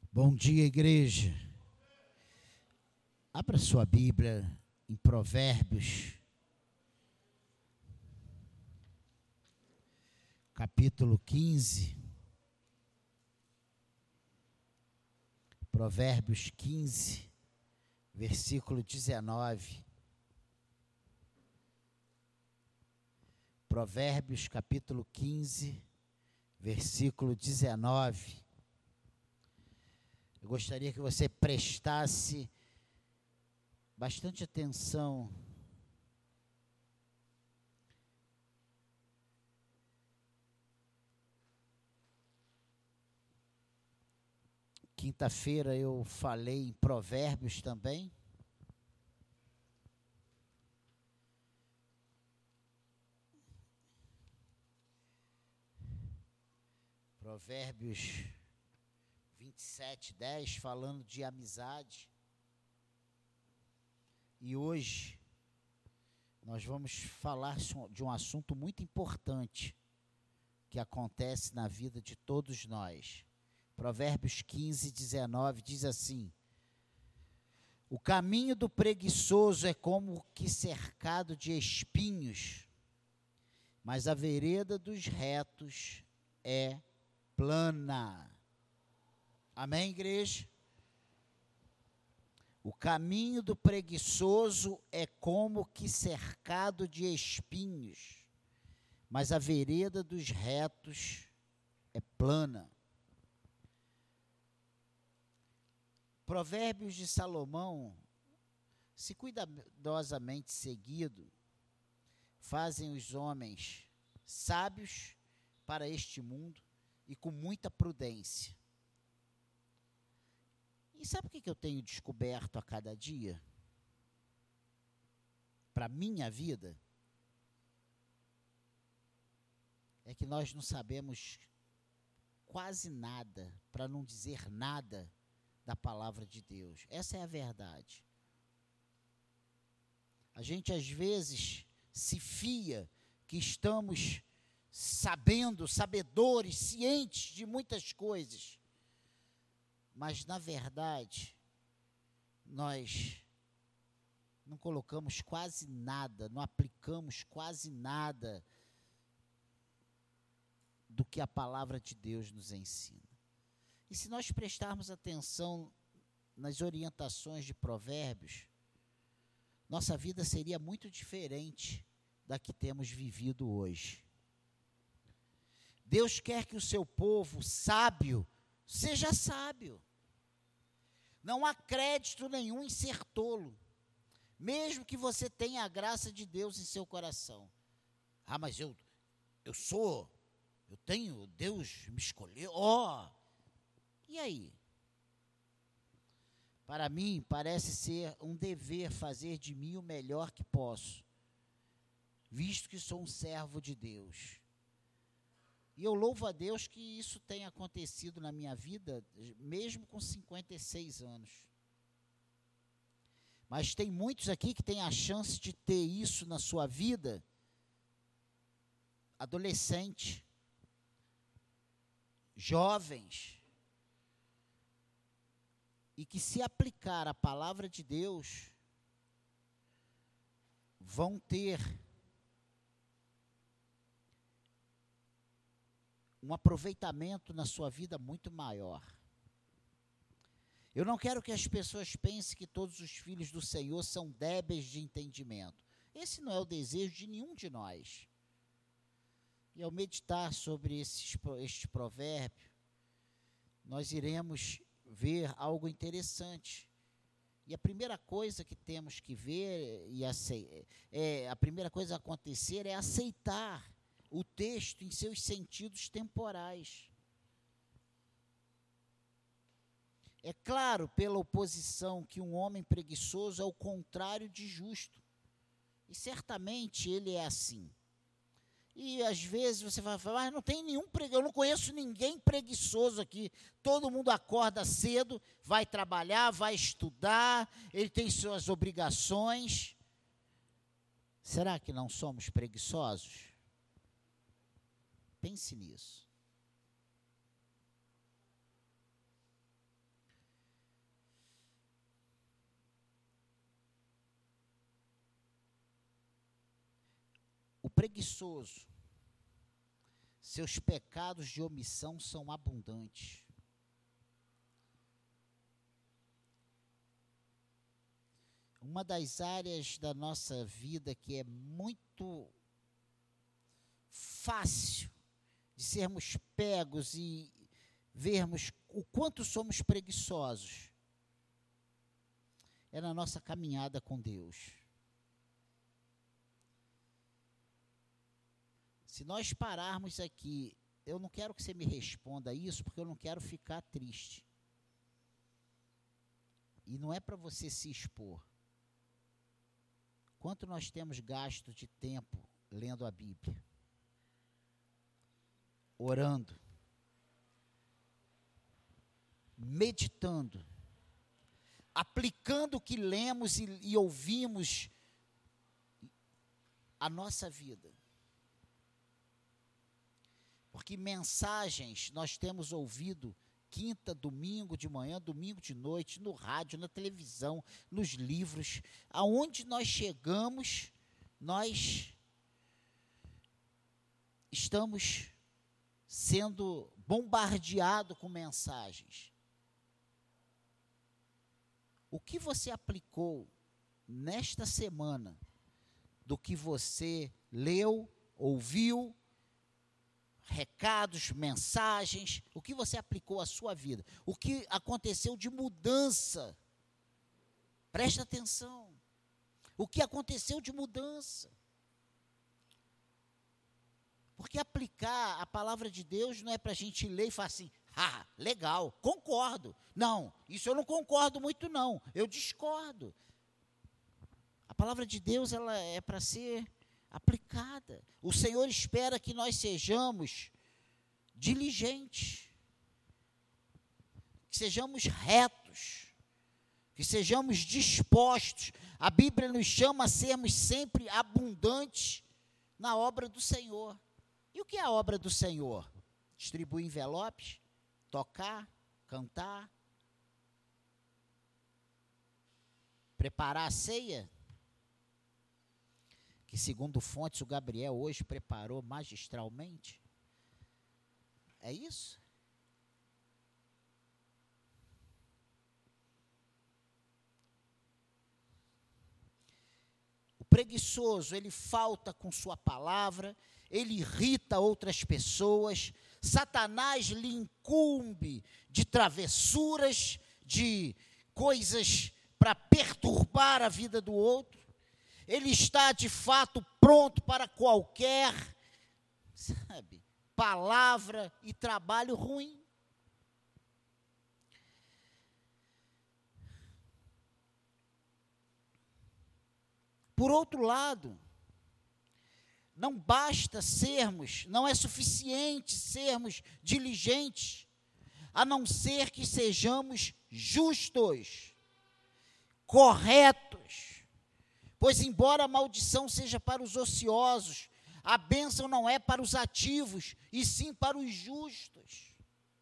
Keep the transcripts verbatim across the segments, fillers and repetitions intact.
Bom dia, igreja. Abra sua Bíblia em Provérbios, capítulo quinze. Provérbios quinze, versículo dezenove. Provérbios, capítulo quinze, versículo dezenove. Eu gostaria que você prestasse bastante atenção quinta-feira eu falei em Provérbios também. Provérbios vinte e sete, dez, falando de amizade. E hoje nós vamos falar de um assunto muito importante que acontece na vida de todos nós. Provérbios quinze, dezenove diz assim: o caminho do preguiçoso é como que cercado de espinhos, mas a vereda dos retos é plana. Amém, igreja? O caminho do preguiçoso é como que cercado de espinhos, mas a vereda dos retos é plana. Provérbios de Salomão, se cuidadosamente seguido, fazem os homens sábios para este mundo e com muita prudência. E sabe o que eu tenho descoberto a cada dia? Para a minha vida? É que nós não sabemos quase nada, para não dizer nada, da palavra de Deus. Essa é a verdade. A gente às vezes se fia que estamos sabendo, sabedores, cientes de muitas coisas. Mas, na verdade, nós não colocamos quase nada, não aplicamos quase nada do que a palavra de Deus nos ensina. E se nós prestarmos atenção nas orientações de Provérbios, nossa vida seria muito diferente da que temos vivido hoje. Deus quer que o seu povo sábio seja sábio. Não há crédito nenhum em ser tolo, mesmo que você tenha a graça de Deus em seu coração. Ah, mas eu, eu sou, eu tenho, Deus me escolheu, ó. Oh. E aí? Para mim, parece ser um dever fazer de mim o melhor que posso, visto que sou um servo de Deus. E eu louvo a Deus que isso tenha acontecido na minha vida, mesmo com cinquenta e seis anos. Mas tem muitos aqui que têm a chance de ter isso na sua vida, adolescente, jovens, e que, se aplicar a palavra de Deus, vão ter um aproveitamento na sua vida muito maior. Eu não quero que as pessoas pensem que todos os filhos do Senhor são débeis de entendimento. Esse não é o desejo de nenhum de nós. E ao meditar sobre esses, este provérbio, nós iremos ver algo interessante. E a primeira coisa que temos que ver, e aceitar, é, a primeira coisa a acontecer é aceitar o texto em seus sentidos temporais. É claro, pela oposição, que um homem preguiçoso é o contrário de justo. E certamente ele é assim. E às vezes você vai falar, mas não tem nenhum preguiçoso, eu não conheço ninguém preguiçoso aqui. Todo mundo acorda cedo, vai trabalhar, vai estudar, ele tem suas obrigações. Será que não somos preguiçosos? Pense nisso. preguiçoso, seus pecados de omissão são abundantes. Uma das áreas da nossa vida que é muito fácil de sermos pegos e vermos o quanto somos preguiçosos é na nossa caminhada com Deus. Se nós pararmos aqui, eu não quero que você me responda isso, porque eu não quero ficar triste. E não é para você se expor. Quanto nós temos gasto de tempo lendo a Bíblia? Orando. Meditando. Aplicando o que lemos e, e ouvimos à nossa vida. Porque mensagens nós temos ouvido quinta, domingo de manhã, domingo de noite, no rádio, na televisão, nos livros. Aonde nós chegamos, nós estamos sendo bombardeados com mensagens. O que você aplicou nesta semana do que você leu, ouviu, recados, mensagens, o que você aplicou à sua vida? O que aconteceu de mudança? Presta atenção. O que aconteceu de mudança? Porque aplicar a palavra de Deus não é para a gente ler e falar assim, ah, legal, concordo. Não, isso eu não concordo muito não, eu discordo. A palavra de Deus ela é para ser aplicada. O Senhor espera que nós sejamos diligentes, que sejamos retos, que sejamos dispostos. A Bíblia nos chama a sermos sempre abundantes na obra do Senhor. E o que é a obra do Senhor? Distribuir envelopes, tocar, cantar, preparar a ceia, que segundo fontes o Gabriel hoje preparou magistralmente. É isso? O preguiçoso, ele falta com sua palavra, ele irrita outras pessoas, Satanás lhe incumbe de travessuras, de coisas para perturbar a vida do outro. Ele está, de fato, pronto para qualquer, sabe, palavra e trabalho ruim. Por outro lado, não basta sermos, não é suficiente sermos diligentes, a não ser que sejamos justos, corretos. Pois embora a maldição seja para os ociosos, a bênção não é para os ativos, e sim para os justos.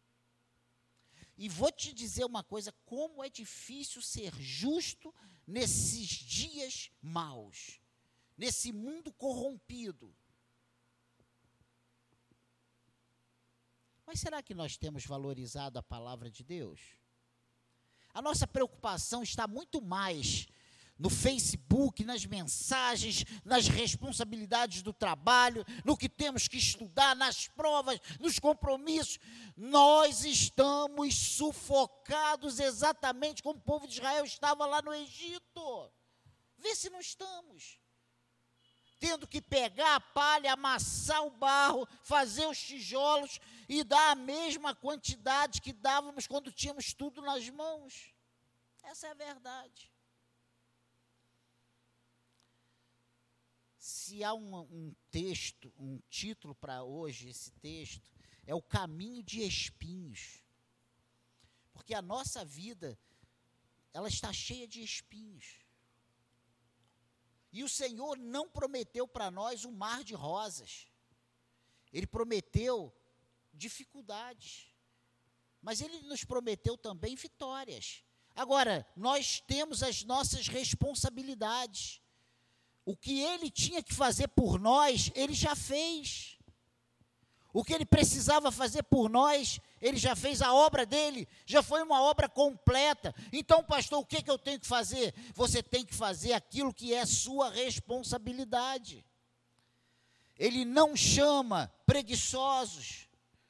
E vou te dizer uma coisa, como é difícil ser justo nesses dias maus, nesse mundo corrompido. Mas será que nós temos valorizado a palavra de Deus? A nossa preocupação está muito mais no Facebook, nas mensagens, nas responsabilidades do trabalho, no que temos que estudar, nas provas, nos compromissos. Nós estamos sufocados exatamente como o povo de Israel estava lá no Egito. Vê se não estamos. Tendo que pegar a palha, amassar o barro, fazer os tijolos e dar a mesma quantidade que dávamos quando tínhamos tudo nas mãos. Essa é a verdade. Se há um, um texto, um título para hoje, esse texto, é o caminho de espinhos. Porque a nossa vida, ela está cheia de espinhos. E o Senhor não prometeu para nós um mar de rosas. Ele prometeu dificuldades. Mas Ele nos prometeu também vitórias. Agora, nós temos as nossas responsabilidades. O que ele tinha que fazer por nós, ele já fez. O que ele precisava fazer por nós, ele já fez. A obra dele já foi uma obra completa. Então, pastor, o que, que eu tenho que fazer? Você tem que fazer aquilo que é sua responsabilidade. Ele não chama preguiçosos.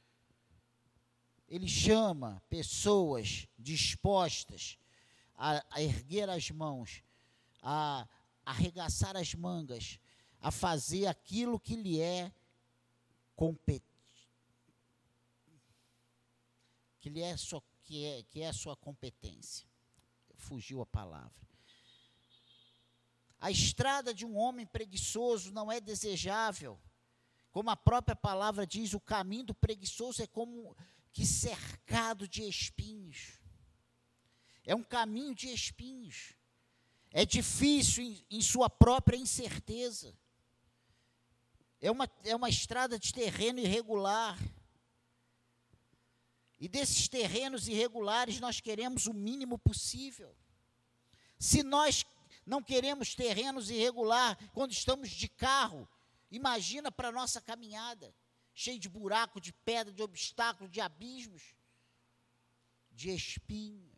Ele chama pessoas dispostas a, a erguer as mãos, a arregaçar as mangas, a fazer aquilo que lhe é competente, que, lhe é, sua, que, é, que é a sua competência. Fugiu a palavra. A estrada de um homem preguiçoso não é desejável. Como a própria palavra diz, o caminho do preguiçoso é como que cercado de espinhos. É um caminho de espinhos. É difícil em, em sua própria incerteza. É uma, é uma estrada de terreno irregular. E desses terrenos irregulares nós queremos o mínimo possível. Se nós não queremos terrenos irregulares quando estamos de carro, imagina para a nossa caminhada, cheio de buraco, de pedra, de obstáculos, de abismos, de espinhos.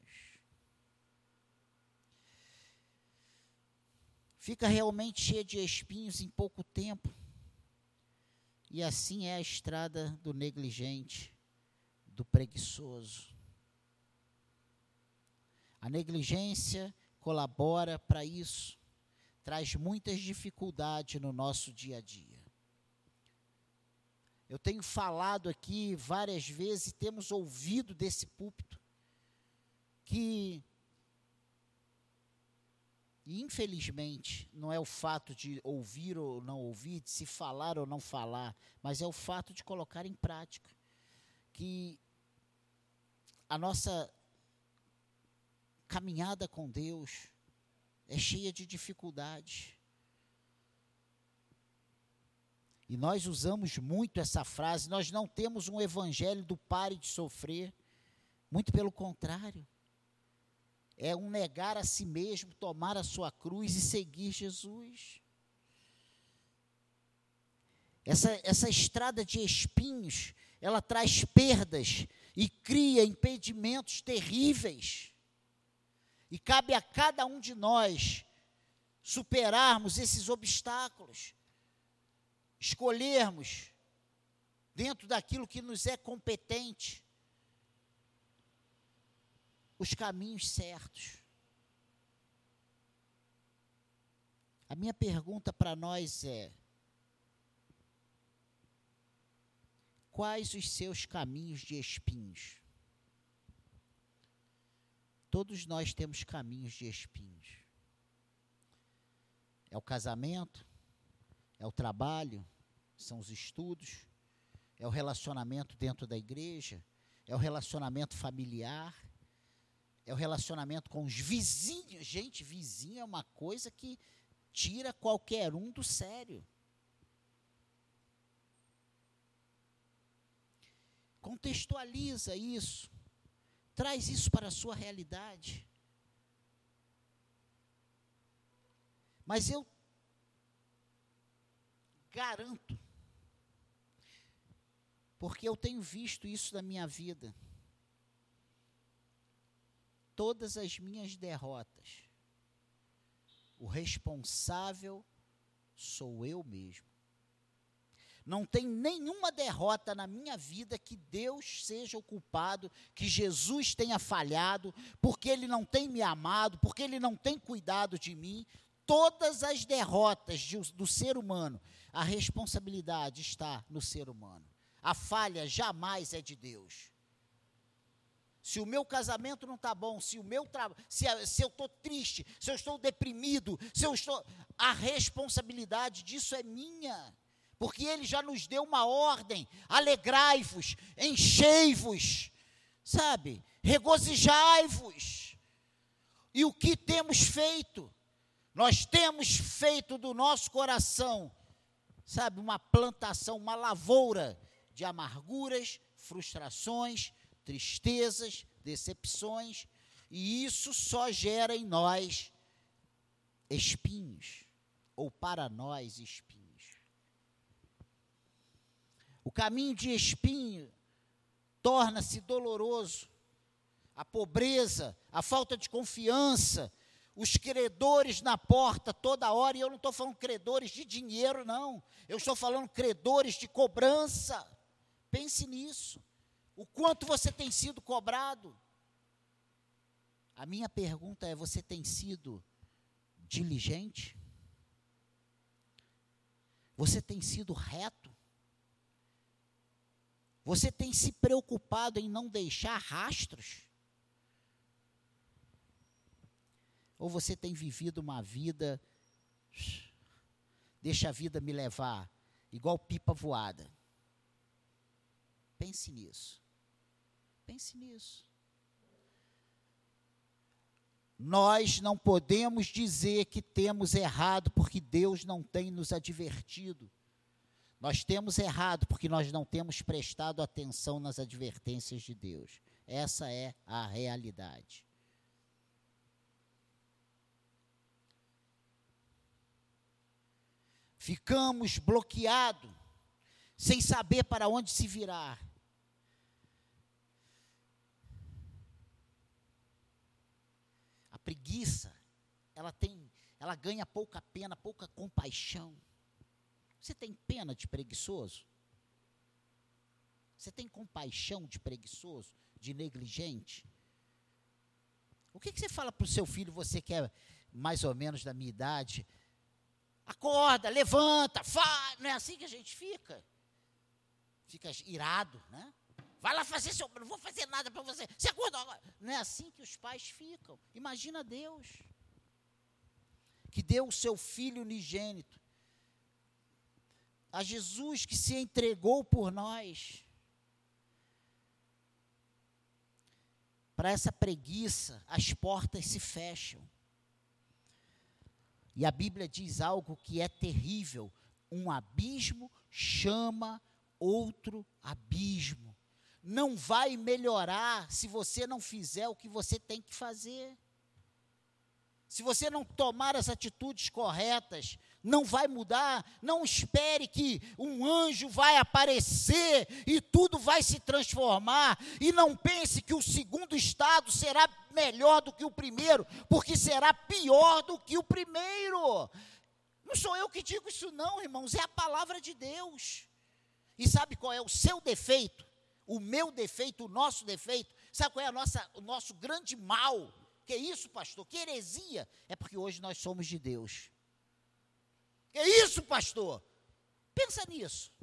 Fica realmente cheia de espinhos em pouco tempo. E assim é a estrada do negligente, do preguiçoso. A negligência colabora para isso, traz muitas dificuldades no nosso dia a dia. Eu tenho falado aqui várias vezes e temos ouvido desse púlpito que, infelizmente, não é o fato de ouvir ou não ouvir, de se falar ou não falar, mas é o fato de colocar em prática, que a nossa caminhada com Deus é cheia de dificuldades. E nós usamos muito essa frase, nós não temos um evangelho do pare de sofrer, muito pelo contrário. É um negar a si mesmo, tomar a sua cruz e seguir Jesus. Essa, essa estrada de espinhos, ela traz perdas e cria impedimentos terríveis. E cabe a cada um de nós superarmos esses obstáculos, escolhermos dentro daquilo que nos é competente os caminhos certos. A minha pergunta para nós é: quais os seus caminhos de espinhos? Todos nós temos caminhos de espinhos. É o casamento, é o trabalho, são os estudos, é o relacionamento dentro da igreja, é o relacionamento familiar, é o relacionamento com os vizinhos. Gente, vizinho é uma coisa que tira qualquer um do sério. Contextualiza isso. Traz isso para a sua realidade. Mas eu garanto, porque eu tenho visto isso na minha vida, todas as minhas derrotas, o responsável sou eu mesmo. Não tem nenhuma derrota na minha vida que Deus seja o culpado, que Jesus tenha falhado, porque Ele não tem me amado, porque Ele não tem cuidado de mim. Todas as derrotas de, do ser humano, a responsabilidade está no ser humano. A falha jamais é de Deus. Se o meu casamento não está bom, se, o meu tra... se, se eu estou triste, se eu estou deprimido, se eu estou... a responsabilidade disso é minha. Porque Ele já nos deu uma ordem: alegrai-vos, enchei-vos, sabe, regozijai-vos. E o que temos feito? Nós temos feito do nosso coração, sabe, uma plantação, uma lavoura de amarguras, frustrações, tristezas, decepções, e isso só gera em nós espinhos. ou para nós espinhos. O caminho de espinho torna-se doloroso. A pobreza, a falta de confiança, os credores na porta toda hora, e eu não estou falando credores de dinheiro, não. Eu estou falando credores de cobrança. Pense nisso. O quanto você tem sido cobrado? A minha pergunta é: você tem sido diligente? Você tem sido reto? Você tem se preocupado em não deixar rastros? Ou você tem vivido uma vida, deixa a vida me levar, igual pipa voada? Pense nisso. Pense nisso. Nós não podemos dizer que temos errado porque Deus não tem nos advertido. Nós temos errado porque nós não temos prestado atenção nas advertências de Deus. Essa é a realidade. Ficamos bloqueados, sem saber para onde se virar. A preguiça, ela tem, ela ganha pouca pena, pouca compaixão. Você tem pena de preguiçoso? Você tem compaixão de preguiçoso, de negligente? O que, que você fala para o seu filho, você que é mais ou menos da minha idade? Acorda, levanta, faz. Não é assim que a gente fica? Fica irado, né? Vai lá fazer seu... Não vou fazer nada para você. Você acordou agora. Não é assim que os pais ficam. Imagina Deus, que deu o seu Filho unigênito, a Jesus que se entregou por nós. Para essa preguiça, as portas se fecham. E a Bíblia diz algo que é terrível: um abismo chama outro abismo. Não vai melhorar se você não fizer o que você tem que fazer. Se você não tomar as atitudes corretas, não vai mudar. Não espere que um anjo vai aparecer e tudo vai se transformar. E não pense que o segundo estado será melhor do que o primeiro, porque será pior do que o primeiro. Não sou eu que digo isso não, irmãos, é a palavra de Deus. E sabe qual é o seu defeito? O meu defeito, o nosso defeito? Sabe qual é a nossa, o nosso grande mal? Que isso, pastor? Que heresia? É porque hoje nós somos de Deus. Que isso, pastor? Pensa nisso.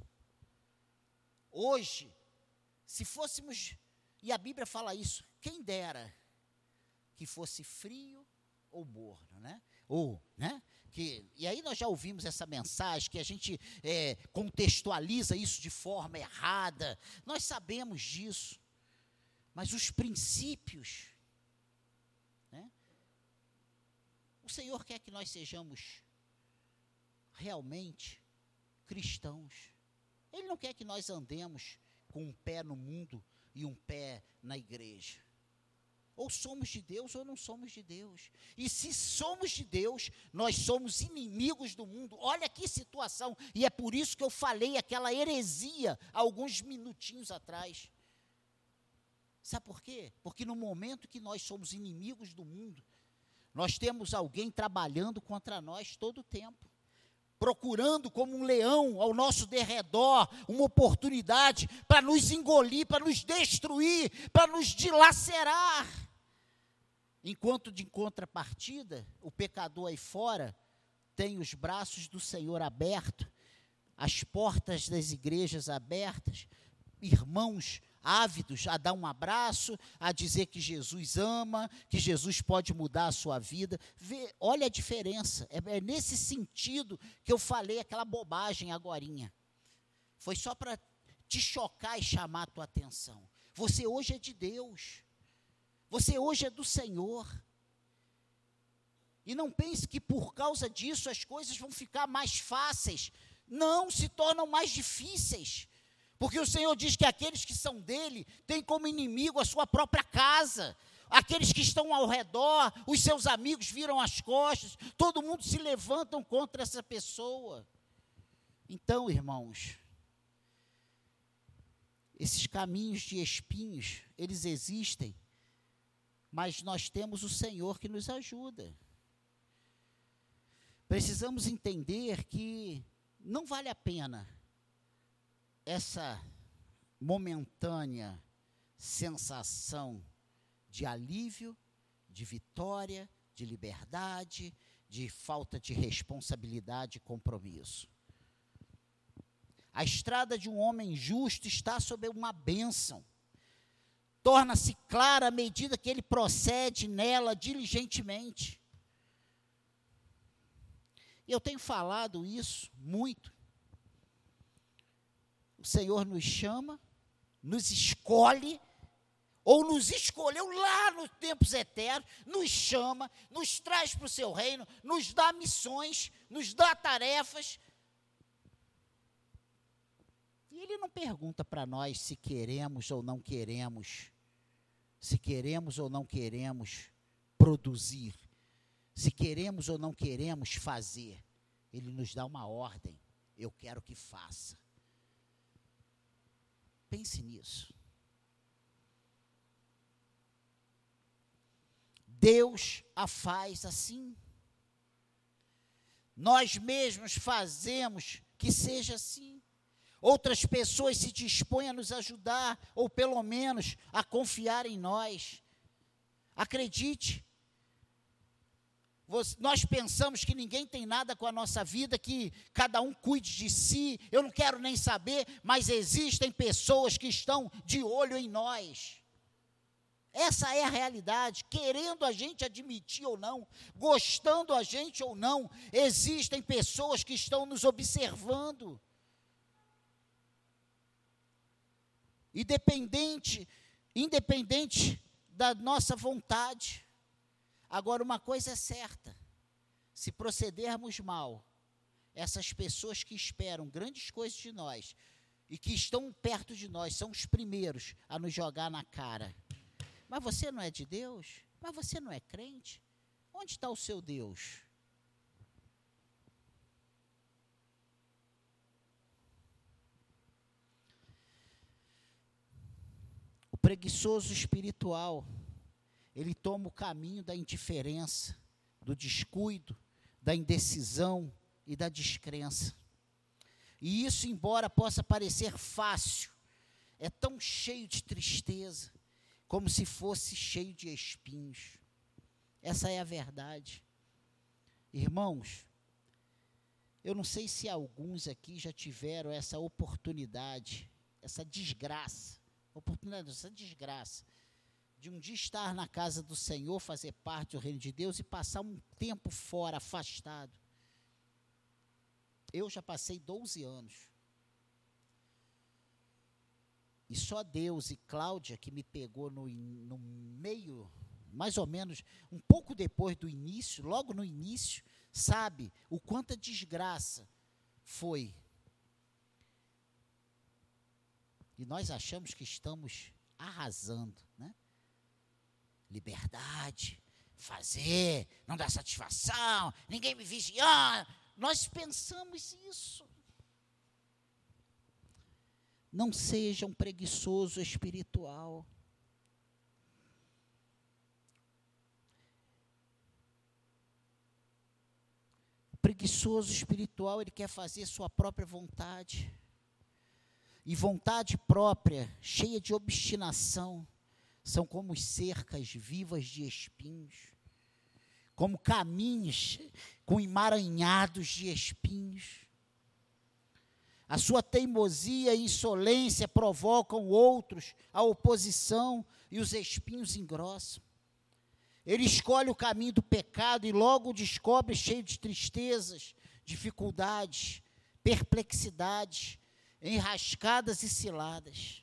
Hoje, se fôssemos, e a Bíblia fala isso, quem dera que fosse frio ou morno, né? Ou, né? Que, e aí nós já ouvimos essa mensagem, que a gente é, contextualiza isso de forma errada. Nós sabemos disso. Mas os princípios, né? O Senhor quer que nós sejamos realmente cristãos. Ele não quer que nós andemos com um pé no mundo e um pé na igreja. Ou somos de Deus ou não somos de Deus. E se somos de Deus, nós somos inimigos do mundo. Olha que situação. E é por isso que eu falei aquela heresia alguns minutinhos atrás. Sabe por quê? Porque no momento que nós somos inimigos do mundo, nós temos alguém trabalhando contra nós todo o tempo, procurando como um leão ao nosso derredor uma oportunidade para nos engolir, para nos destruir, para nos dilacerar. Enquanto de contrapartida, o pecador aí fora tem os braços do Senhor abertos, as portas das igrejas abertas, irmãos ávidos a dar um abraço, a dizer que Jesus ama, que Jesus pode mudar a sua vida. Vê, olha a diferença. É, é nesse sentido que eu falei aquela bobagem agorinha. Foi só para te chocar e chamar a tua atenção. Você hoje é de Deus. Você hoje é do Senhor. E não pense que por causa disso as coisas vão ficar mais fáceis. Não, se tornam mais difíceis. Porque o Senhor diz que aqueles que são dele têm como inimigo a sua própria casa. aqueles que estão ao redor, os seus amigos viram as costas, todo mundo se levantam contra essa pessoa. Então, irmãos, esses caminhos de espinhos, eles existem, mas nós temos o Senhor que nos ajuda. Precisamos entender que não vale a pena essa momentânea sensação de alívio, de vitória, de liberdade, de falta de responsabilidade e compromisso. A estrada de um homem justo está sob uma bênção. Torna-se clara à medida que ele procede nela diligentemente. Eu tenho falado isso muito. O Senhor nos chama, nos escolhe, ou nos escolheu lá nos tempos eternos, nos chama, nos traz para o seu reino, nos dá missões, nos dá tarefas. E Ele não pergunta para nós se queremos ou não queremos, se queremos ou não queremos produzir, se queremos ou não queremos fazer. Ele nos dá uma ordem, eu quero que faça. Pense nisso. Deus a faz assim. Nós mesmos fazemos que seja assim. Outras pessoas se dispõem a nos ajudar, ou pelo menos a confiar em nós. Acredite, você, nós pensamos que ninguém tem nada com a nossa vida, que cada um cuide de si, eu não quero nem saber, mas existem pessoas que estão de olho em nós. Essa é a realidade, querendo a gente admitir ou não, gostando a gente ou não, existem pessoas que estão nos observando. Independente, independente da nossa vontade. Agora, uma coisa é certa, se procedermos mal, essas pessoas que esperam grandes coisas de nós, e que estão perto de nós, são os primeiros a nos jogar na cara. Mas você não é de Deus? Mas você não é crente? Onde está o seu Deus? O preguiçoso espiritual, ele toma o caminho da indiferença, do descuido, da indecisão e da descrença. E isso, embora possa parecer fácil, é tão cheio de tristeza, como se fosse cheio de espinhos. Essa é a verdade. Irmãos, eu não sei se alguns aqui já tiveram essa oportunidade, essa desgraça, oportunidade, essa desgraça, de um dia estar na casa do Senhor, fazer parte do reino de Deus e passar um tempo fora, afastado. Eu já passei doze anos. E só Deus e Cláudia, que me pegou no, no meio, mais ou menos, um pouco depois do início, logo no início, sabe o quanto a desgraça foi. E nós achamos que estamos arrasando, né? Liberdade, fazer, não dar satisfação, ninguém me vigiando. Nós pensamos isso. Não seja um preguiçoso espiritual. O preguiçoso espiritual, ele quer fazer sua própria vontade. E vontade própria, cheia de obstinação, são como cercas vivas de espinhos, como caminhos com emaranhados de espinhos. A sua teimosia e insolência provocam outros a oposição e os espinhos engrossam. Ele escolhe o caminho do pecado e logo o descobre cheio de tristezas, dificuldades, perplexidades, enrascadas e ciladas.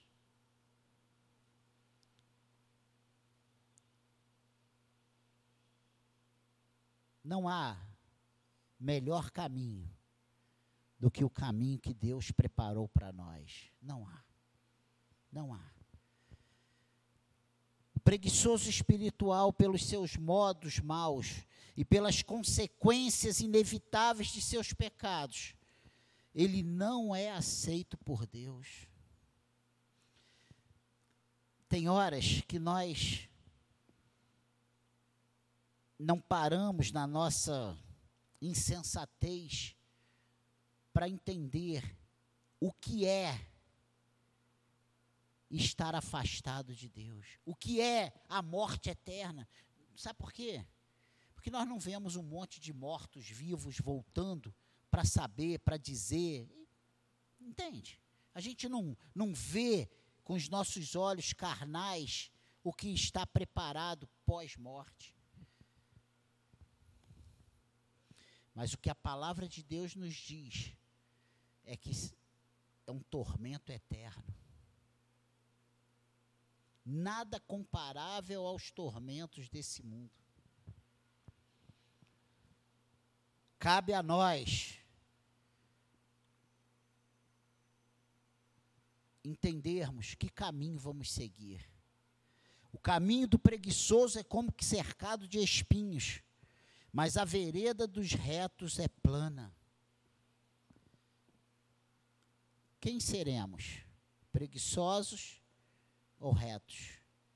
Não há melhor caminho do que o caminho que Deus preparou para nós. Não há. Não há. preguiçoso espiritual, pelos seus modos maus e pelas consequências inevitáveis de seus pecados, ele não é aceito por Deus. Tem horas que nós não paramos na nossa insensatez para entender o que é estar afastado de Deus, o que é a morte eterna. Sabe por quê? Porque nós não vemos um monte de mortos vivos voltando para saber, para dizer, entende? A gente não, não vê com os nossos olhos carnais o que está preparado pós-morte. Mas o que a palavra de Deus nos diz é que é um tormento eterno. Nada comparável aos tormentos desse mundo. Cabe a nós entendermos que caminho vamos seguir. O caminho do preguiçoso é como que cercado de espinhos, mas a vereda dos retos é plana. Quem seremos? Preguiçosos ou retos?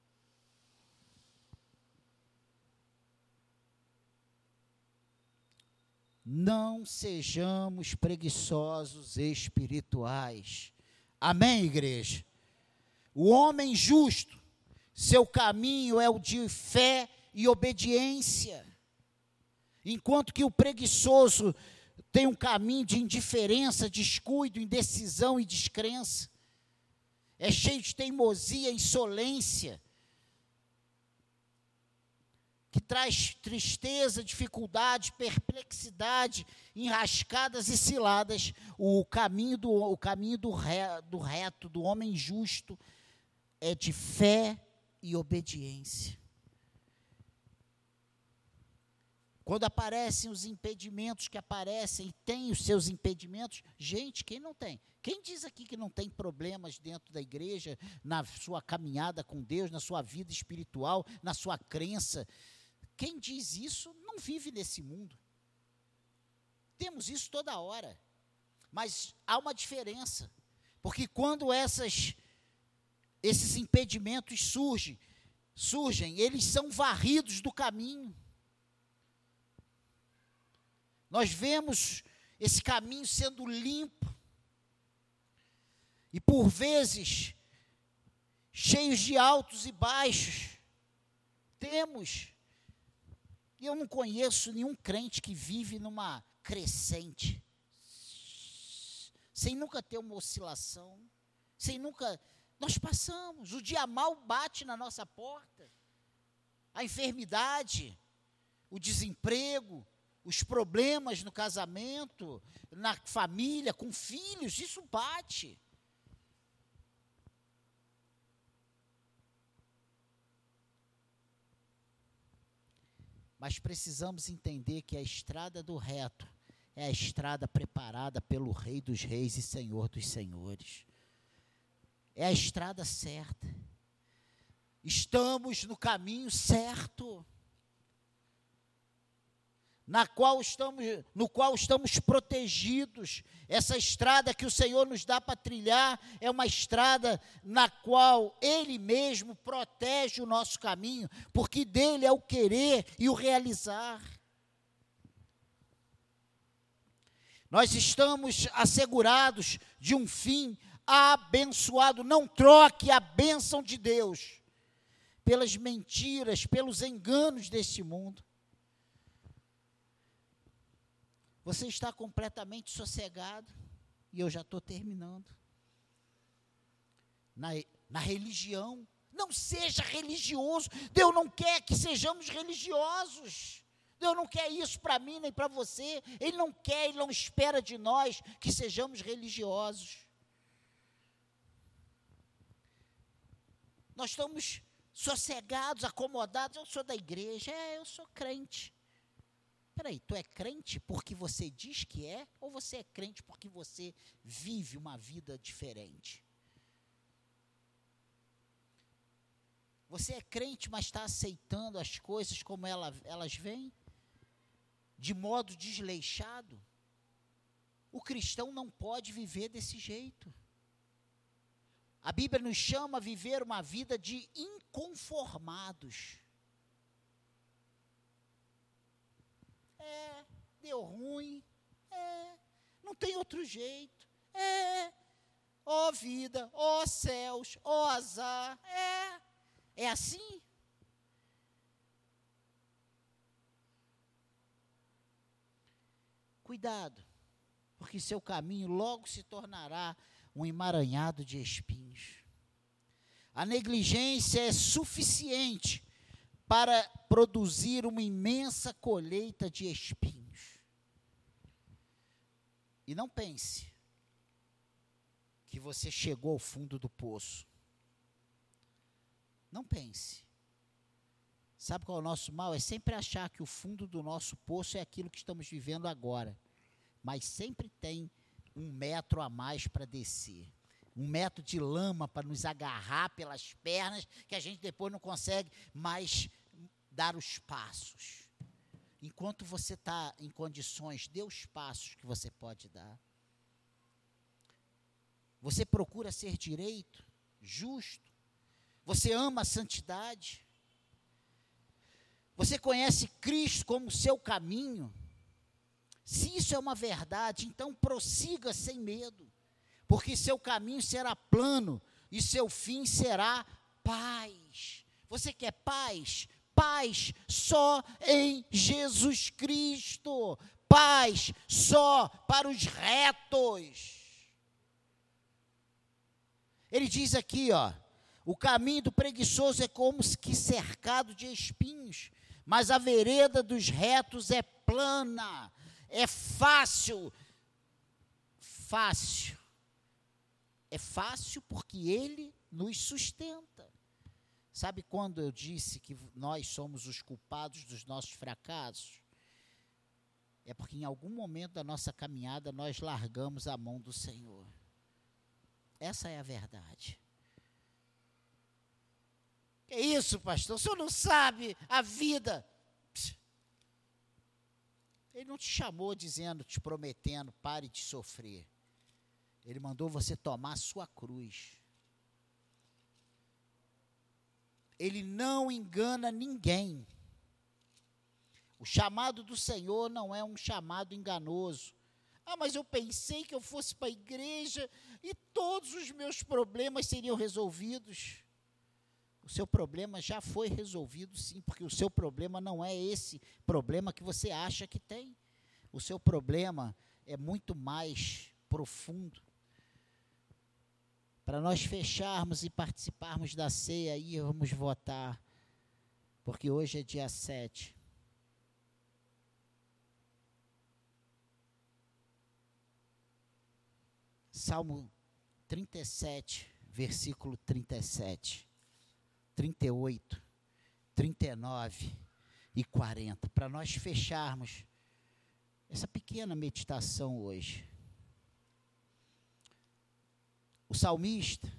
Não sejamos preguiçosos espirituais. Amém, igreja? O homem justo, seu caminho é o de fé e obediência, enquanto que o preguiçoso tem um caminho de indiferença, descuido, indecisão e descrença. É cheio de teimosia, insolência, que traz tristeza, dificuldade, perplexidade, enrascadas e ciladas. O caminho do, o caminho do, re, do reto, do homem justo, é de fé e obediência. Quando aparecem os impedimentos que aparecem, e tem os seus impedimentos, gente, quem não tem? Quem diz aqui que não tem problemas dentro da igreja, na sua caminhada com Deus, na sua vida espiritual, na sua crença? Quem diz isso não vive nesse mundo. Temos isso toda hora. Mas há uma diferença. Porque quando essas, esses impedimentos surgem, surgem, eles são varridos do caminho. Nós vemos esse caminho sendo limpo. E por vezes, cheios de altos e baixos. Temos. E eu não conheço nenhum crente que vive numa crescente, sem nunca ter uma oscilação, sem nunca... Nós passamos, o dia mal bate na nossa porta, a enfermidade, o desemprego, os problemas no casamento, na família, com filhos, isso bate. Mas precisamos entender que a estrada do reto é a estrada preparada pelo Rei dos Reis e Senhor dos Senhores. É a estrada certa. Estamos no caminho certo, na qual estamos, no qual estamos protegidos. Essa estrada que o Senhor nos dá para trilhar é uma estrada na qual Ele mesmo protege o nosso caminho, porque dele é o querer e o realizar. Nós estamos assegurados de um fim abençoado. Não troque a bênção de Deus pelas mentiras, pelos enganos deste mundo. Você está completamente sossegado, e eu já estou terminando. Na, na religião, não seja religioso. Deus não quer que sejamos religiosos. Deus não quer isso para mim nem para você. Ele não quer, Ele não espera de nós que sejamos religiosos. Nós estamos sossegados, acomodados. Eu sou da igreja, é, eu sou crente. Peraí, tu é crente porque você diz que é, ou você é crente porque você vive uma vida diferente? Você é crente, mas está aceitando as coisas como ela, elas vêm? De modo desleixado? O cristão não pode viver desse jeito. A Bíblia nos chama a viver uma vida de inconformados. É, deu ruim, é, não tem outro jeito, é, ó vida, ó céus, ó azar, é, é assim? Cuidado, porque seu caminho logo se tornará um emaranhado de espinhos. A negligência é suficiente para produzir uma imensa colheita de espinhos. E não pense que você chegou ao fundo do poço. Não pense. Sabe qual é o nosso mal? É sempre achar que o fundo do nosso poço é aquilo que estamos vivendo agora. Mas sempre tem um metro a mais para descer. Um metro de lama para nos agarrar pelas pernas, que a gente depois não consegue mais dar os passos. Enquanto você está em condições, dê os passos que você pode dar. Você procura ser direito, justo. Você ama a santidade. Você conhece Cristo como seu caminho. Se isso é uma verdade, então prossiga sem medo, porque seu caminho será plano e seu fim será paz. Você quer paz? Paz só em Jesus Cristo. Paz só para os retos. Ele diz aqui, ó, o caminho do preguiçoso é como que cercado de espinhos, mas a vereda dos retos é plana. É fácil, fácil, é fácil porque Ele nos sustenta. Sabe quando eu disse que nós somos os culpados dos nossos fracassos? É porque em algum momento da nossa caminhada nós largamos a mão do Senhor. Essa é a verdade. Que isso, pastor? O senhor não sabe a vida. Ele não te chamou dizendo, te prometendo, pare de sofrer. Ele mandou você tomar a sua cruz. Ele não engana ninguém. O chamado do Senhor não é um chamado enganoso. Ah, mas eu pensei que eu fosse para a igreja e todos os meus problemas seriam resolvidos. O seu problema já foi resolvido, sim, porque o seu problema não é esse problema que você acha que tem. O seu problema é muito mais profundo. Para nós fecharmos e participarmos da ceia aí, vamos votar, porque hoje é dia sete. Salmo trinta e sete, versículo trinta e sete. trinta e oito, trinta e nove e quarenta, para nós fecharmos essa pequena meditação hoje. O salmista,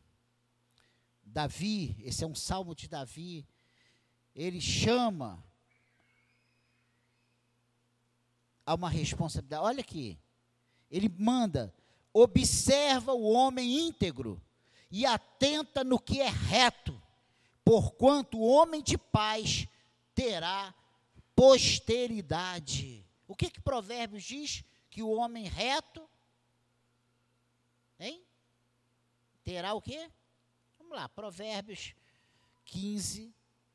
Davi, esse é um salmo de Davi, ele chama a uma responsabilidade. Olha aqui, ele manda, observa o homem íntegro e atenta no que é reto, porquanto o homem de paz terá posteridade. O que que Provérbios diz? Que o homem reto, hein? Terá o quê? Vamos lá, Provérbios quinze.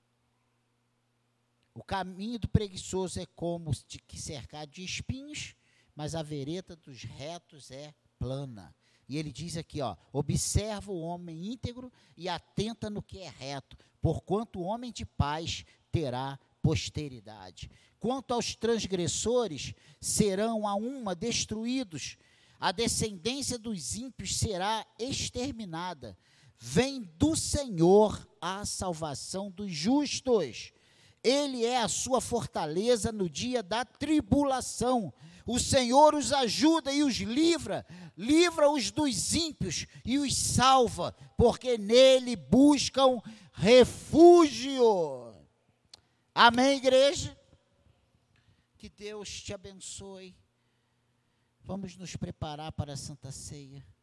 O caminho do preguiçoso é como de que cercado de espinhos, mas a vereda dos retos é plana. E ele diz aqui, ó, observa o homem íntegro e atenta no que é reto, porquanto o homem de paz terá posteridade. Quanto aos transgressores, serão a uma destruídos, a descendência dos ímpios será exterminada. Vem do Senhor a salvação dos justos. Ele é a sua fortaleza no dia da tribulação. O Senhor os ajuda e os livra, livra-os dos ímpios e os salva, porque nele buscam refúgio. Amém, igreja? Que Deus te abençoe. Vamos nos preparar para a Santa Ceia.